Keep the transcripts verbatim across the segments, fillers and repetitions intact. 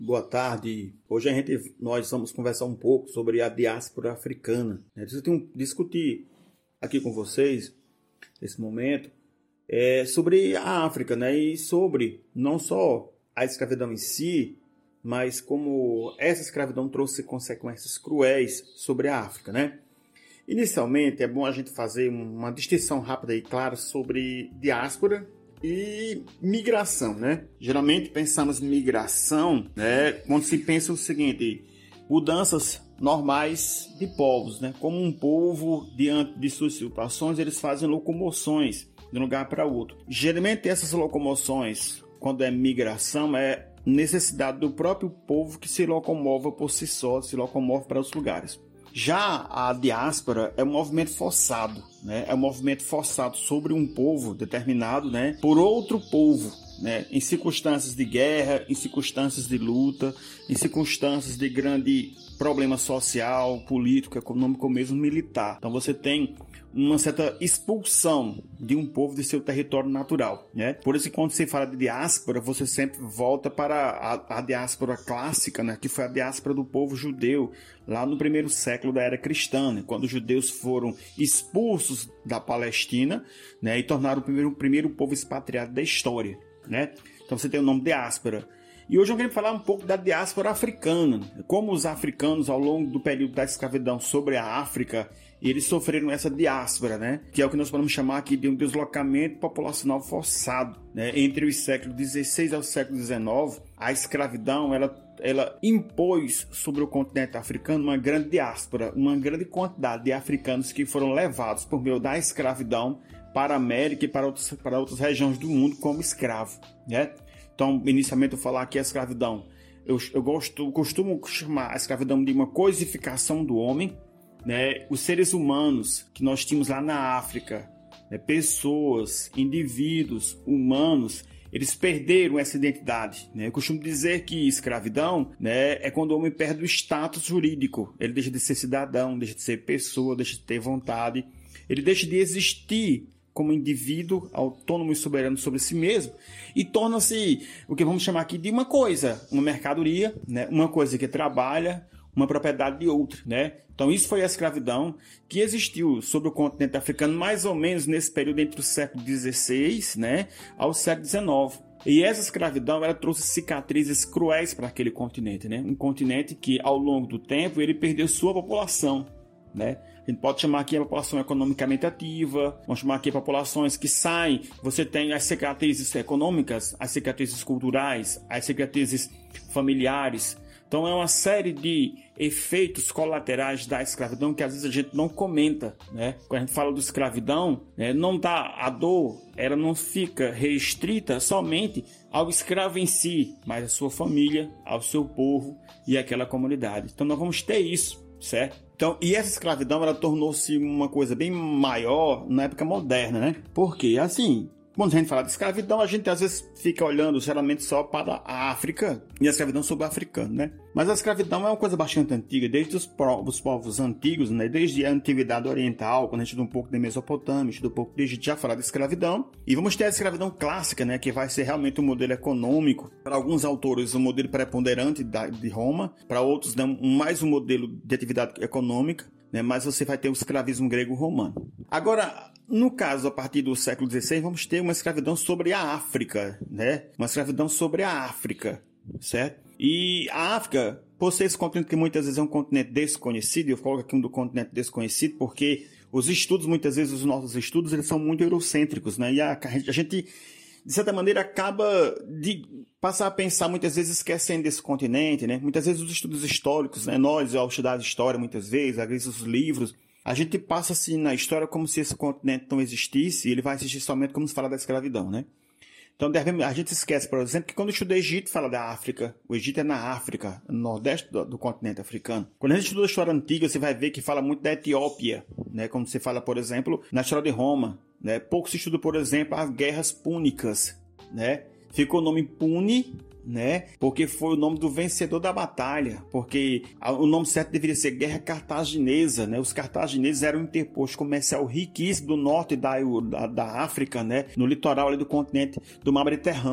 Boa tarde. Hoje a gente, nós vamos conversar um pouco sobre a diáspora africana. Eu tenho discutir aqui com vocês, nesse momento, é, sobre a África, né? E sobre não só a escravidão em si, mas como essa escravidão trouxe consequências cruéis sobre a África, né? Inicialmente, é bom a gente fazer uma distinção rápida e clara sobre diáspora e migração, né? Geralmente pensamos em migração, né, quando se pensa o seguinte: mudanças normais de povos, né? Como um povo, diante de suas situações, eles fazem locomoções de um lugar para outro. Geralmente essas locomoções, quando é migração, é necessidade do próprio povo que se locomova por si só, se locomove para os lugares. Já a diáspora é um movimento forçado, né? É um movimento forçado sobre um povo determinado, né, por outro povo, né, em circunstâncias de guerra, em circunstâncias de luta, em circunstâncias de grande problema social, político, econômico ou mesmo militar. Então você tem uma certa expulsão de um povo de seu território natural, né? Por isso que quando se fala de diáspora, você sempre volta para a, a diáspora clássica, né? Que foi a diáspora do povo judeu, lá no primeiro século da era cristã, né? Quando os judeus foram expulsos da Palestina, né? E tornaram o primeiro, o primeiro povo expatriado da história, né? Então você tem o nome diáspora. E hoje eu quero falar um pouco da diáspora africana, como os africanos ao longo do período da escravidão sobre a África, eles sofreram essa diáspora, né? Que é o que nós podemos chamar aqui de um deslocamento populacional forçado, né? Entre os séculos dezesseis ao século dezenove, a escravidão ela, ela impôs sobre o continente africano uma grande diáspora, uma grande quantidade de africanos que foram levados por meio da escravidão para a América e para, outros, para outras regiões do mundo como escravo, né? Então, inicialmente eu falar aqui a escravidão. Eu, eu gosto, costumo chamar a escravidão de uma coisificação do homem, né? Os seres humanos que nós tínhamos lá na África, né? Pessoas, indivíduos, humanos, eles perderam essa identidade, né? Eu costumo dizer que escravidão, né, é quando o homem perde o status jurídico. Ele deixa de ser cidadão, deixa de ser pessoa, deixa de ter vontade, ele deixa de existir como indivíduo autônomo e soberano sobre si mesmo e torna-se o que vamos chamar aqui de uma coisa, uma mercadoria, né? Uma coisa que trabalha, uma propriedade de outra, né? Então isso foi a escravidão que existiu sobre o continente africano mais ou menos nesse período entre o século dezesseis, né, ao século dezenove. E essa escravidão ela trouxe cicatrizes cruéis para aquele continente, né? Um continente que ao longo do tempo ele perdeu sua população, né? A gente pode chamar aqui a população economicamente ativa, vamos chamar aqui populações que saem, você tem as cicatrizes econômicas, as cicatrizes culturais, as cicatrizes familiares. Então é uma série de efeitos colaterais da escravidão que às vezes a gente não comenta, né? Quando a gente fala de escravidão, né, não tá, a dor ela não fica restrita somente ao escravo em si, mas à sua família, ao seu povo e àquela comunidade. Então nós vamos ter isso, certo? Então, e essa escravidão ela tornou-se uma coisa bem maior na época moderna, né? Porque, assim, quando a gente fala de escravidão, a gente às vezes fica olhando geralmente só para a África e a escravidão sobre o africano, né? Mas a escravidão é uma coisa bastante antiga, desde os povos, os povos antigos, né? Desde a antiguidade oriental, quando a gente estuda um pouco da Mesopotâmia, estuda um pouco de Egito, já falar de escravidão. E vamos ter a escravidão clássica, né? Que vai ser realmente um modelo econômico. Para alguns autores, um modelo preponderante da, de Roma. Para outros, né, mais um modelo de atividade econômica. Né, mas você vai ter o escravismo grego-romano. Agora, no caso, a partir do século dezesseis, vamos ter uma escravidão sobre a África, né? Uma escravidão sobre a África, certo? E a África, por ser esse continente que muitas vezes é um continente desconhecido, eu coloco aqui um do continente desconhecido porque os estudos, muitas vezes os nossos estudos, eles são muito eurocêntricos, né? E a, a gente, de certa maneira, acaba de passar a pensar, muitas vezes, esquecendo desse continente, né? Muitas vezes os estudos históricos, né? Nós, ao estudar a história, muitas vezes, às vezes os livros, a gente passa assim na história como se esse continente não existisse e ele vai existir somente como se fala da escravidão, né? Então, a gente esquece, por exemplo, que quando estuda Egito, fala da África. O Egito é na África, no nordeste do, do continente africano. Quando a gente estuda a história antiga, você vai ver que fala muito da Etiópia, né? Como se fala, por exemplo, na história de Roma, né? Pouco se estuda, por exemplo, as guerras púnicas, né? Ficou o nome Pune, né? Porque foi o nome do vencedor da batalha, porque o nome certo deveria ser Guerra Cartaginesa, né? Os cartagineses eram um interposto comercial riquíssimo do norte da, da, da África, né? No litoral ali do continente do mar Mediterrâneo.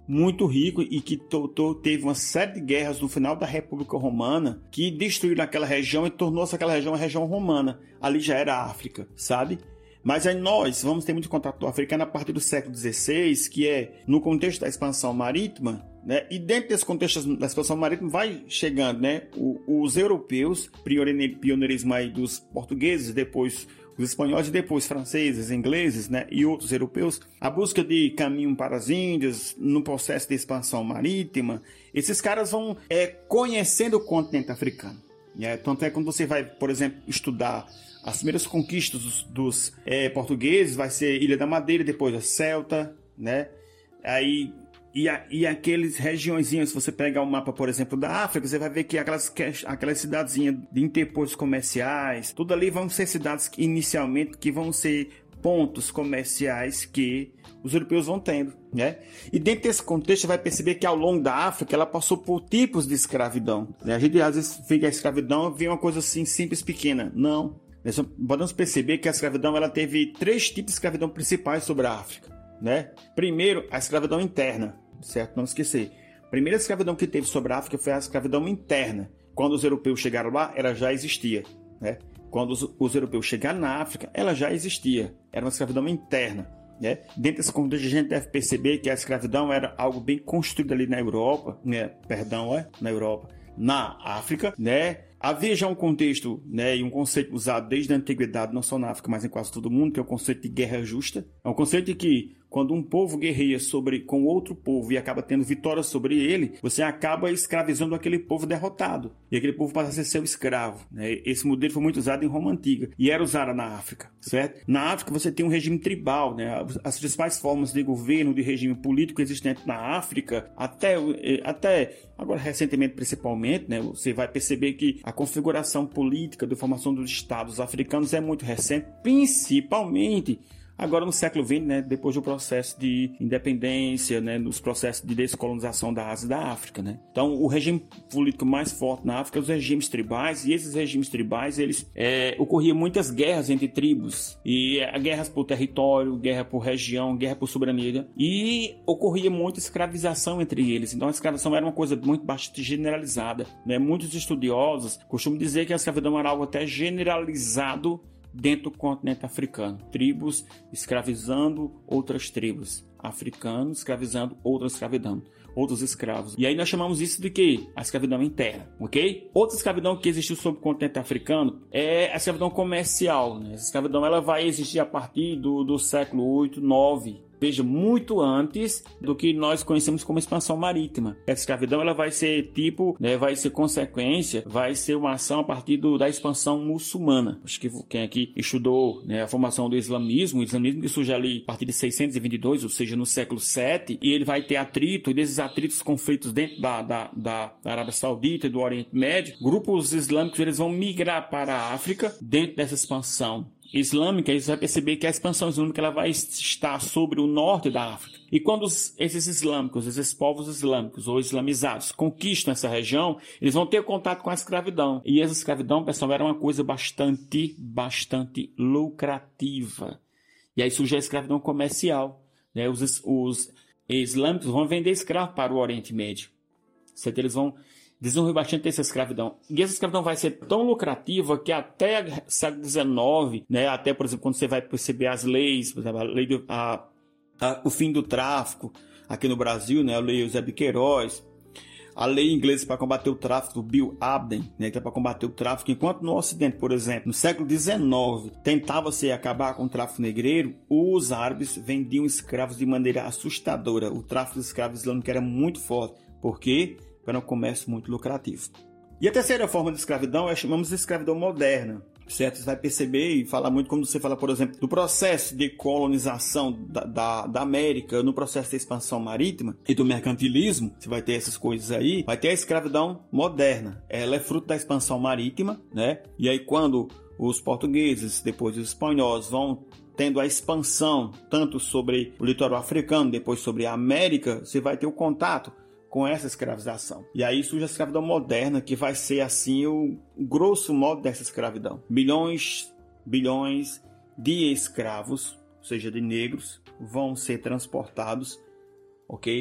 muito rico e que to, to, teve uma série de guerras no final da República Romana que destruíram aquela região e tornou-se aquela região uma região romana. Ali já era África, sabe? Mas aí nós vamos ter muito contato africano a partir do século dezesseis, que é no contexto da expansão marítima, né? E dentro desse contexto da expansão marítima vai chegando, né, os europeus, pioneirismo aí dos portugueses, depois os espanhóis e depois franceses, ingleses, né, e outros europeus, a busca de caminho para as Índias, no processo de expansão marítima, esses caras vão é, conhecendo o continente africano. Né? Tanto é quando você vai, por exemplo, estudar as primeiras conquistas dos, dos é, portugueses, vai ser Ilha da Madeira, depois a Celta, né? Aí, e, a, e aqueles regiõezinhos, se você pegar o mapa, por exemplo, da África, você vai ver que aquelas, aquelas cidadezinhas de interpostos comerciais, tudo ali vão ser cidades que, inicialmente, que vão ser pontos comerciais que os europeus vão tendo, né? E dentro desse contexto você vai perceber que ao longo da África ela passou por tipos de escravidão, né? A gente às vezes vê que a escravidão vê uma coisa assim simples, pequena. Não. Nós podemos perceber que a escravidão ela teve três tipos de escravidão principais sobre a África, né? Primeiro, a escravidão interna, certo? Não esquecer. A primeira escravidão que teve sobre a África foi a escravidão interna. Quando os europeus chegaram lá, ela já existia, né? Quando os, os europeus chegaram na África, ela já existia. Era uma escravidão interna, né? Dentro desse contexto, a gente deve perceber que a escravidão era algo bem construído ali na Europa, né? Perdão, é? Na Europa. Na África, né? Havia já um contexto, né, e um conceito usado desde a antiguidade, não só na África, mas em quase todo mundo, que é o conceito de guerra justa. É um conceito de que quando um povo guerreia sobre, com outro povo e acaba tendo vitória sobre ele, você acaba escravizando aquele povo derrotado. E aquele povo passa a ser seu escravo. Né? Esse modelo foi muito usado em Roma Antiga e era usado na África, certo? Na África você tem um regime tribal, né? As principais formas de governo, de regime político existente na África, até, até agora recentemente principalmente, né? Você vai perceber que a configuração política de formação dos estados africanos é muito recente, principalmente agora no século vinte, né, depois do processo de independência, né, nos processos de descolonização da Ásia e da África, né. Então, o regime político mais forte na África é os regimes tribais, e esses regimes tribais, eles é, ocorriam muitas guerras entre tribos, e é, guerras por território, guerra por região, guerra por soberania, e ocorria muita escravização entre eles. Então, a escravização era uma coisa muito bastante generalizada, né. Muitos estudiosos costumam dizer que a escravidão era algo até generalizado dentro do continente africano. Tribos escravizando outras tribos. Africanos escravizando outras escravidão. Outros escravos. E aí nós chamamos isso de quê? A escravidão interna, ok? Outra escravidão que existiu sobre o continente africano é a escravidão comercial, né? Essa escravidão ela vai existir a partir do, do século oito, nove. Veja, muito antes do que nós conhecemos como expansão marítima. Essa escravidão ela vai ser tipo, né, vai ser consequência, vai ser uma ação a partir do, da expansão muçulmana. Acho que quem aqui estudou, né, a formação do islamismo, o islamismo que surge ali a partir de seiscentos e vinte e dois, ou seja, no século sete, e ele vai ter atrito, e desses atritos, conflitos dentro da, da, da Arábia Saudita e do Oriente Médio, grupos islâmicos eles vão migrar para a África dentro dessa expansão islâmica. Você vai perceber que a expansão islâmica ela vai estar sobre o norte da África. E quando os, esses islâmicos, esses povos islâmicos ou islamizados conquistam essa região, eles vão ter contato com a escravidão. E essa escravidão, pessoal, era uma coisa bastante, bastante lucrativa. E aí surge a escravidão comercial. Né? Os, os islâmicos vão vender escravo para o Oriente Médio. Certo? Eles vão desenvolver bastante essa escravidão. E essa escravidão vai ser tão lucrativa que até o século dezenove, né, até, por exemplo, quando você vai perceber as leis, por exemplo, a lei do, a, a, o fim do tráfico aqui no Brasil, né, a lei Eusébio Queiroz, a lei inglesa para combater o tráfico do Bill Abden, né, que é para combater o tráfico, enquanto no Ocidente, por exemplo, no século dezenove, tentava-se acabar com o tráfico negreiro, os árabes vendiam escravos de maneira assustadora. O tráfico de escravos islâmicos era muito forte. Por quê? Era um comércio muito lucrativo. E a terceira forma de escravidão é chamamos de escravidão moderna, certo? Você vai perceber e falar muito quando você fala, por exemplo, do processo de colonização da, da, da América, no processo de expansão marítima e do mercantilismo, você vai ter essas coisas aí, vai ter a escravidão moderna. Ela é fruto da expansão marítima, né? E aí quando os portugueses, depois os espanhóis vão tendo a expansão tanto sobre o litoral africano, depois sobre a América, você vai ter o contato com essa escravização. E aí surge a escravidão moderna, que vai ser assim o grosso modo dessa escravidão. Milhões, bilhões de escravos, ou seja, de negros, vão ser transportados, ok,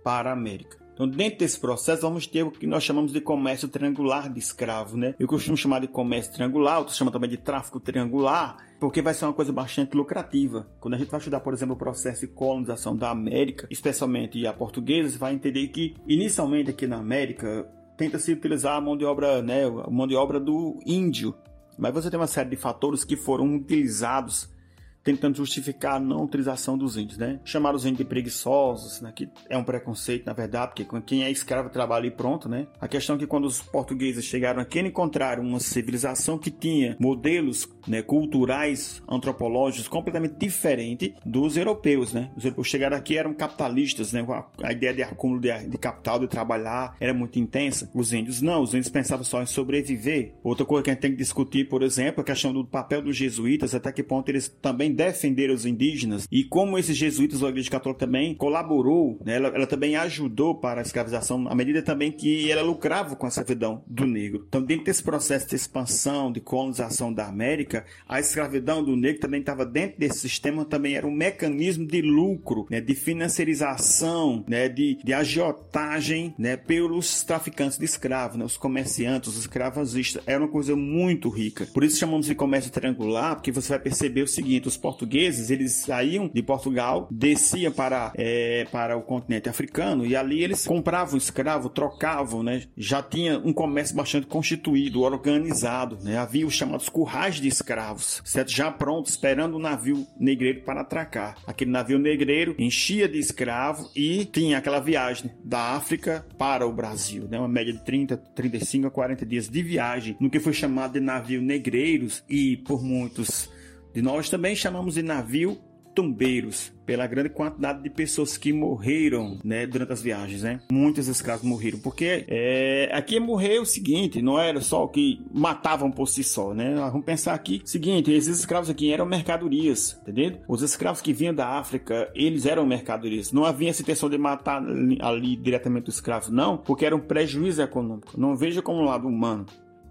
para a América. Então, dentro desse processo, vamos ter o que nós chamamos de comércio triangular de escravo, né? Eu costumo chamar de comércio triangular, outros chamam também de tráfico triangular, porque vai ser uma coisa bastante lucrativa. Quando a gente vai estudar, por exemplo, o processo de colonização da América, especialmente a portuguesa, você vai entender que, inicialmente aqui na América, tenta-se utilizar a mão de obra, né, a mão de obra do índio. Mas você tem uma série de fatores que foram utilizados tentando justificar a não utilização dos índios, né? Chamar os índios de preguiçosos, né? Que é um preconceito, na verdade, porque quem é escravo trabalha e pronto, né? A questão é que quando os portugueses chegaram aqui, eles encontraram uma civilização que tinha modelos, né, culturais, antropológicos completamente diferentes dos europeus, né? Os europeus chegaram aqui, eram capitalistas, né? A ideia de acúmulo de, de capital, de trabalhar, era muito intensa. Os índios não, os índios pensavam só em sobreviver. Outra coisa que a gente tem que discutir, por exemplo, a questão do papel dos jesuítas, até que ponto eles também defender os indígenas, e como esses jesuítas, a Igreja Católica também colaborou, né? ela, ela também ajudou para a escravização, à medida também que ela lucrava com a escravidão do negro. Então, dentro desse processo de expansão, de colonização da América, a escravidão do negro também estava dentro desse sistema, também era um mecanismo de lucro, né? De financiarização, né? de, de agiotagem, né? Pelos traficantes de escravos, né? Os comerciantes, os escravagistas. Era uma coisa muito rica. Por isso chamamos de comércio triangular, porque você vai perceber o seguinte: os portugueses, eles saíam de Portugal, desciam para, é, para o continente africano, e ali eles compravam escravo, trocavam, né? Já tinha um comércio bastante constituído, organizado, né? Havia os chamados currais de escravos, certo? Já pronto, esperando o navio negreiro para atracar. Aquele navio negreiro enchia de escravo e tinha aquela viagem da África para o Brasil, né? Uma média de trinta, trinta e cinco a quarenta dias de viagem, no que foi chamado de navio negreiros, e por muitos de nós também chamamos de navio tumbeiros, pela grande quantidade de pessoas que morreram, né, durante as viagens, né? Muitos escravos morreram, porque é, aqui morrer o seguinte, não era só o que matavam por si só, né? Vamos pensar aqui, seguinte, esses escravos aqui eram mercadorias, entendeu? Os escravos que vinham da África, eles eram mercadorias. Não havia essa intenção de matar ali, ali diretamente o escravo, não, porque era um prejuízo econômico. Não veja como um lado humano,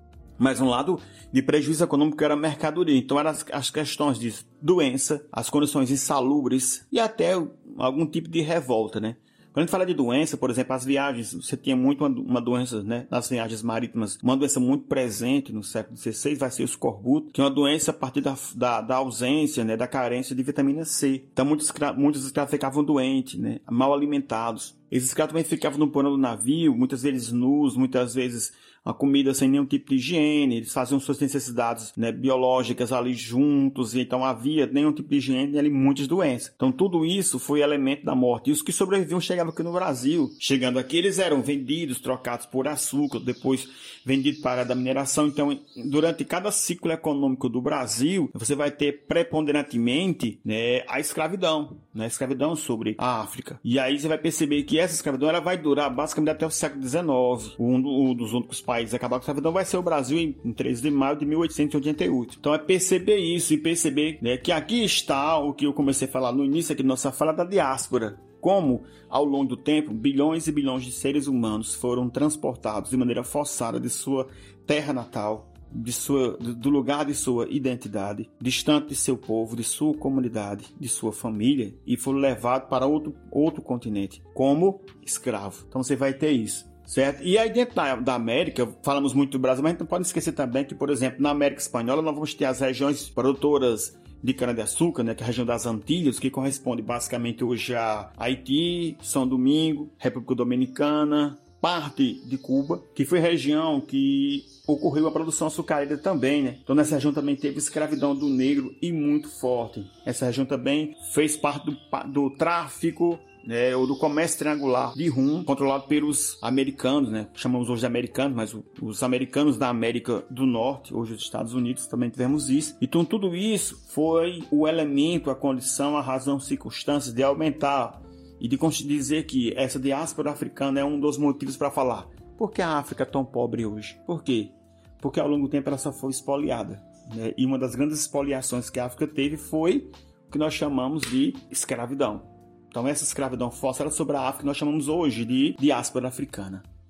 mas um lado de prejuízo econômico era a mercadoria. Então eram as, as questões de doença, as condições insalubres e até algum tipo de revolta, né? Quando a gente fala de doença, por exemplo, as viagens, você tinha muito uma, uma doença, né, nas viagens marítimas, uma doença muito presente no século dezesseis, vai ser o escorbuto, que é uma doença a partir da, da, da ausência, né, da carência de vitamina C. Então muitos escravos, muitos escravos ficavam doentes, né, mal alimentados. Esses escravos também ficavam no porão do navio, muitas vezes nus, muitas vezes a comida sem nenhum tipo de higiene, eles faziam suas necessidades, né, biológicas ali juntos, e então havia nenhum tipo de higiene e ali muitas doenças. Então tudo isso foi elemento da morte. E os que sobreviviam chegavam aqui no Brasil. Chegando aqui, eles eram vendidos, trocados por açúcar, depois vendidos para a mineração. Então, durante cada ciclo econômico do Brasil, você vai ter preponderantemente, né, a escravidão, né, a escravidão sobre a África. E aí você vai perceber que essa escravidão ela vai durar basicamente até o século dezenove. Um dos únicos países a acabar com a escravidão vai ser o Brasil em treze de maio de mil oitocentos e oitenta e oito. Então é perceber isso e perceber, né, que aqui está o que eu comecei a falar no início aqui da nossa fala da diáspora. Como, ao longo do tempo, bilhões e bilhões de seres humanos foram transportados de maneira forçada de sua terra natal, de sua, do lugar de sua identidade, distante de seu povo, de sua comunidade, de sua família, e foram levados para outro, outro continente, como escravo. Então você vai ter isso, certo? E aí dentro da, da América, falamos muito do Brasil, mas a gente não pode esquecer também que, por exemplo, na América Espanhola nós vamos ter as regiões produtoras de cana-de-açúcar, né, que é a região das Antilhas, que corresponde basicamente hoje a Haiti, São Domingo, República Dominicana, parte de Cuba, que foi região que ocorreu a produção açucareira também, né? Então nessa região também teve escravidão do negro e muito forte. Essa região também fez parte do, do tráfico, né, ou do comércio triangular de rum, controlado pelos americanos, né? Chamamos hoje de americanos, mas o, os americanos da América do Norte, hoje os Estados Unidos, também tivemos isso. Então tudo isso foi o elemento, a condição, a razão, circunstâncias de aumentar e de dizer que essa diáspora africana é um dos motivos para falar por que a África é tão pobre hoje. Por quê? Porque ao longo do tempo ela só foi espoliada, né? E uma das grandes espoliações que a África teve foi o que nós chamamos de escravidão. Então essa escravidão forçada sobre a África nós chamamos hoje de diáspora africana.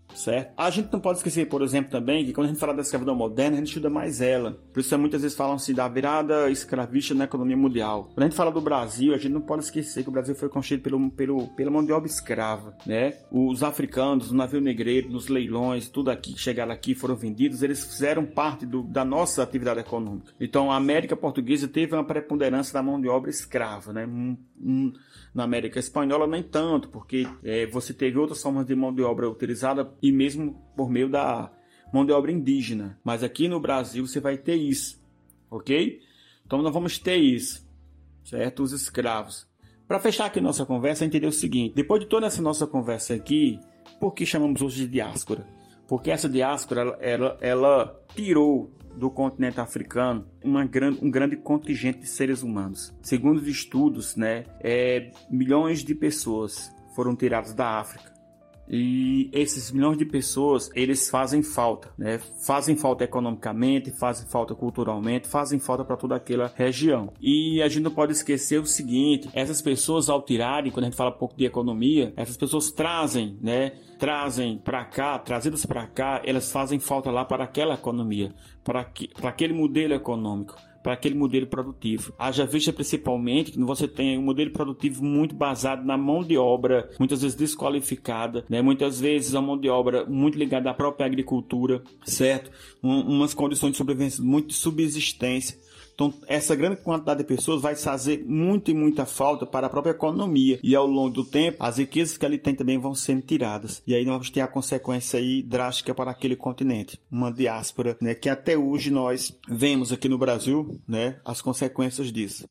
certo? A gente não pode esquecer, por exemplo, também, que quando a gente fala da escravidão moderna, a gente estuda mais ela. Por isso, muitas vezes falam assim da virada escravista na economia mundial. Quando a gente fala do Brasil, a gente não pode esquecer que o Brasil foi construído pelo, pelo, pela mão de obra escrava, né? Os africanos, o navio negreiro, nos leilões, tudo aqui que chegaram aqui foram vendidos, eles fizeram parte do, da nossa atividade econômica. Então, a América Portuguesa teve uma preponderância da mão de obra escrava, né? Um, um, na América Espanhola, nem tanto, porque é, você teve outras formas de mão de obra utilizada e mesmo por meio da mão de obra indígena. Mas aqui no Brasil você vai ter isso, ok? Então nós vamos ter isso, certo? Os escravos. Para fechar aqui nossa conversa, entender o seguinte: depois de toda essa nossa conversa aqui, por que chamamos hoje de diáspora? Porque essa diáspora, ela, ela, ela tirou do continente africano uma grande, um grande contingente de seres humanos. Segundo os estudos, né, é, milhões de pessoas foram tiradas da África. E esses milhões de pessoas, eles fazem falta, né? Fazem falta economicamente, fazem falta culturalmente, fazem falta para toda aquela região. E a gente não pode esquecer o seguinte: essas pessoas, ao tirarem, quando a gente fala um pouco de economia, essas pessoas trazem, né? Trazem para cá, trazidas para cá, elas fazem falta lá para aquela economia, para, que, para aquele modelo econômico, para aquele modelo produtivo. Haja vista principalmente que você tem um modelo produtivo muito baseado na mão de obra, muitas vezes desqualificada, né? Muitas vezes a mão de obra muito ligada à própria agricultura, certo? Um, umas condições de sobrevivência, muito de subsistência. Então, essa grande quantidade de pessoas vai fazer muito e muita falta para a própria economia. E ao longo do tempo, as riquezas que ali tem também vão sendo tiradas. E aí nós vamos ter a consequência aí drástica para aquele continente. Uma diáspora, né, que até hoje nós vemos aqui no Brasil, né, as consequências disso.